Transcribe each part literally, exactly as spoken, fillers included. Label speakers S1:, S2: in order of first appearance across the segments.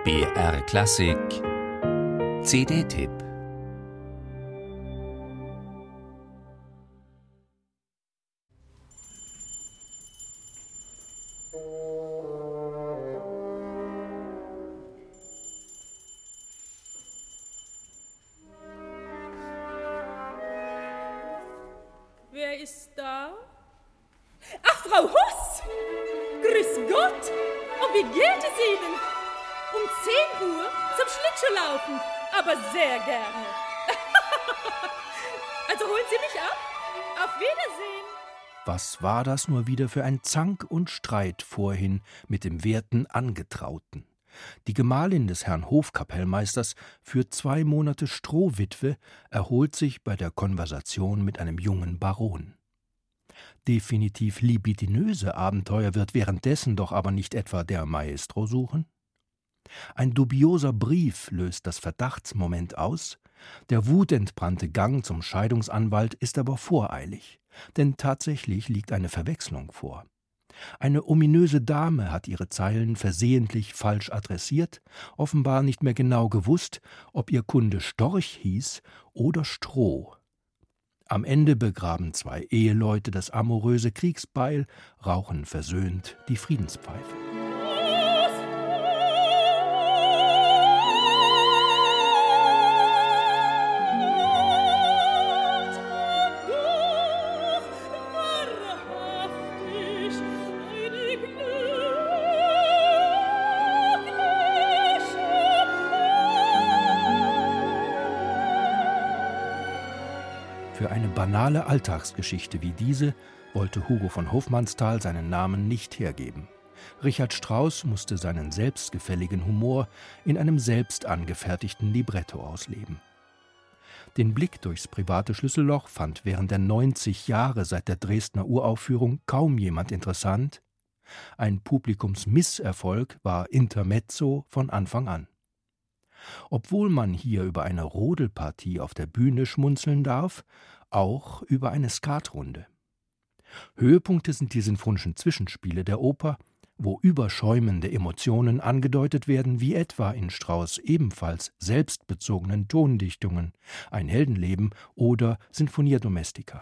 S1: B R Klassik C D-Tipp.
S2: Wer ist da? Ach, Frau Huss! Grüß Gott! Und wie geht es Ihnen? Um zehn Uhr zum Schlittschuhlaufen, aber sehr gerne. Also holen Sie mich ab. Auf Wiedersehen.
S3: Was war das nur wieder für ein Zank und Streit vorhin mit dem werten Angetrauten? Die Gemahlin des Herrn Hofkapellmeisters, für zwei Monate Strohwitwe, erholt sich bei der Konversation mit einem jungen Baron. Definitiv libidinöse Abenteuer wird währenddessen doch aber nicht etwa der Maestro suchen? Ein dubioser Brief löst das Verdachtsmoment aus, der wutentbrannte Gang zum Scheidungsanwalt ist aber voreilig, denn tatsächlich liegt eine Verwechslung vor. Eine ominöse Dame hat ihre Zeilen versehentlich falsch adressiert, offenbar nicht mehr genau gewusst, ob ihr Kunde Storch hieß oder Stroh. Am Ende begraben zwei Eheleute das amoröse Kriegsbeil, rauchen versöhnt die Friedenspfeife. Für eine banale Alltagsgeschichte wie diese wollte Hugo von Hofmannsthal seinen Namen nicht hergeben. Richard Strauss musste seinen selbstgefälligen Humor in einem selbst angefertigten Libretto ausleben. Den Blick durchs private Schlüsselloch fand während der neunzig Jahre seit der Dresdner Uraufführung kaum jemand interessant. Ein Publikumsmisserfolg war Intermezzo von Anfang an. Obwohl man hier über eine Rodelpartie auf der Bühne schmunzeln darf, auch über eine Skatrunde. Höhepunkte sind die sinfonischen Zwischenspiele der Oper, wo überschäumende Emotionen angedeutet werden, wie etwa in Strauss' ebenfalls selbstbezogenen Tondichtungen Ein Heldenleben oder Sinfonia Domestica.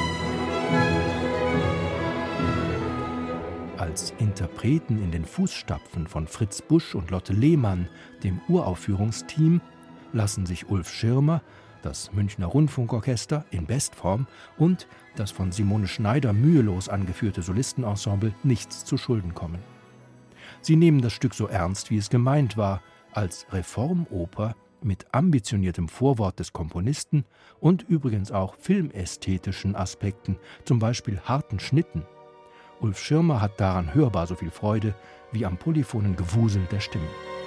S3: Als Interpreten in den Fußstapfen von Fritz Busch und Lotte Lehmann, dem Uraufführungsteam, lassen sich Ulf Schirmer, das Münchner Rundfunkorchester in Bestform und das von Simone Schneider mühelos angeführte Solistenensemble nichts zu Schulden kommen. Sie nehmen das Stück so ernst, wie es gemeint war, als Reformoper mit ambitioniertem Vorwort des Komponisten und übrigens auch filmästhetischen Aspekten, zum Beispiel harten Schnitten. Ulf Schirmer hat daran hörbar so viel Freude wie am polyphonen Gewusel der Stimmen.